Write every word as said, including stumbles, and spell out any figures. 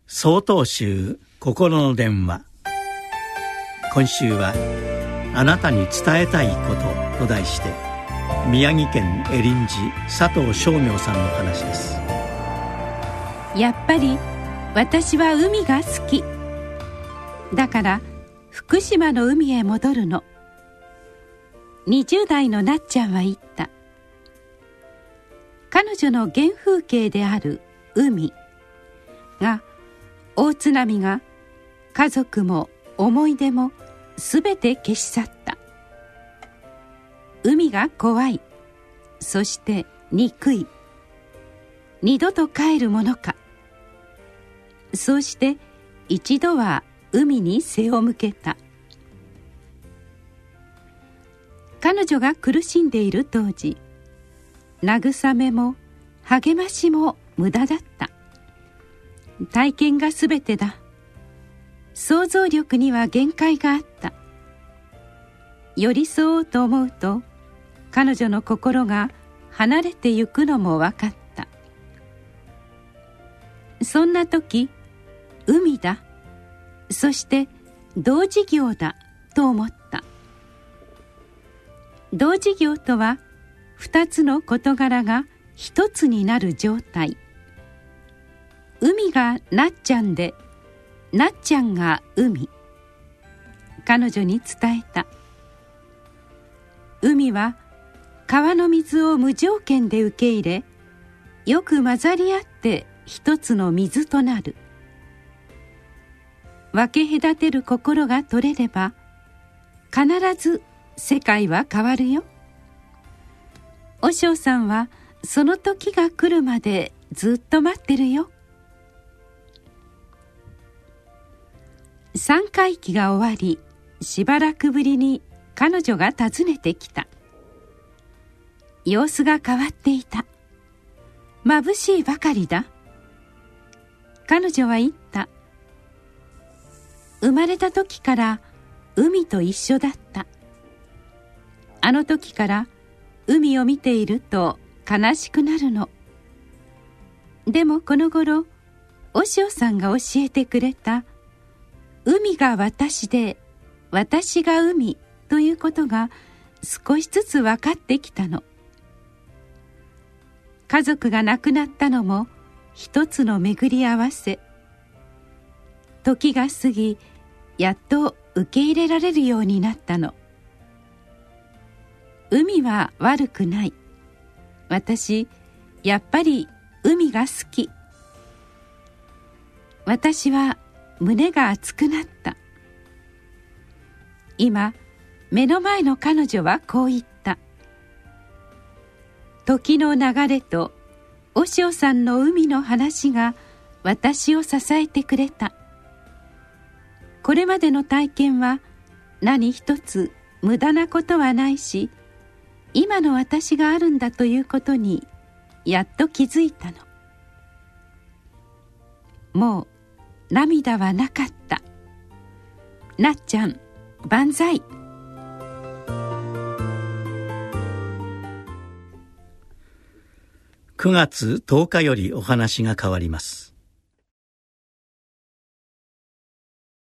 曹洞宗心の電話。今週はあなたに伝えたいことと題して、宮城県恵林寺佐藤正明さんの話です。 やっぱり私は海が好きだから福島の海へ戻るの。にじゅう代のなっちゃんは言った。彼女の原風景である海が、大津波が家族も思い出もすべて消し去った。海が怖い、そして憎い。二度と帰るものか。そうして一度は海に背を向けた。彼女が苦しんでいる当時、慰めも励ましも無駄だった。体験がすべてだ。想像力には限界があった。寄り添おうと思うと、彼女の心が離れてゆくのも分かった。そんな時、海だ、そして同事業だと思った。同事業とは、二つの事柄が一つになる状態。海がなっちゃんで、なっちゃんが海。彼女に伝えた。海は川の水を無条件で受け入れ、よく混ざり合って一つの水となる。分け隔てる心が取れれば、必ず世界は変わるよ。和尚さんはその時が来るまでずっと待ってるよ。三回忌が終わり、しばらくぶりに彼女が訪ねてきた。様子が変わっていた。眩しいばかりだ。彼女は言った。生まれた時から海と一緒だった。あの時から海を見ていると悲しくなるの。でもこの頃、和尚さんが教えてくれた海が私で私が海ということが少しずつ分かってきたの。家族が亡くなったのも一つの巡り合わせ。時が過ぎ、やっと受け入れられるようになったの。海は悪くない。私、やっぱり海が好き。私は胸が熱くなった。今、目の前の彼女はこう言った。時の流れと和尚さんの海の話が私を支えてくれた。これまでの体験は何一つ無駄なことはないし、今の私があるんだということにやっと気づいたの。もう涙はなかった。なっちゃん、万歳。 くがつとおかよりお話が変わります。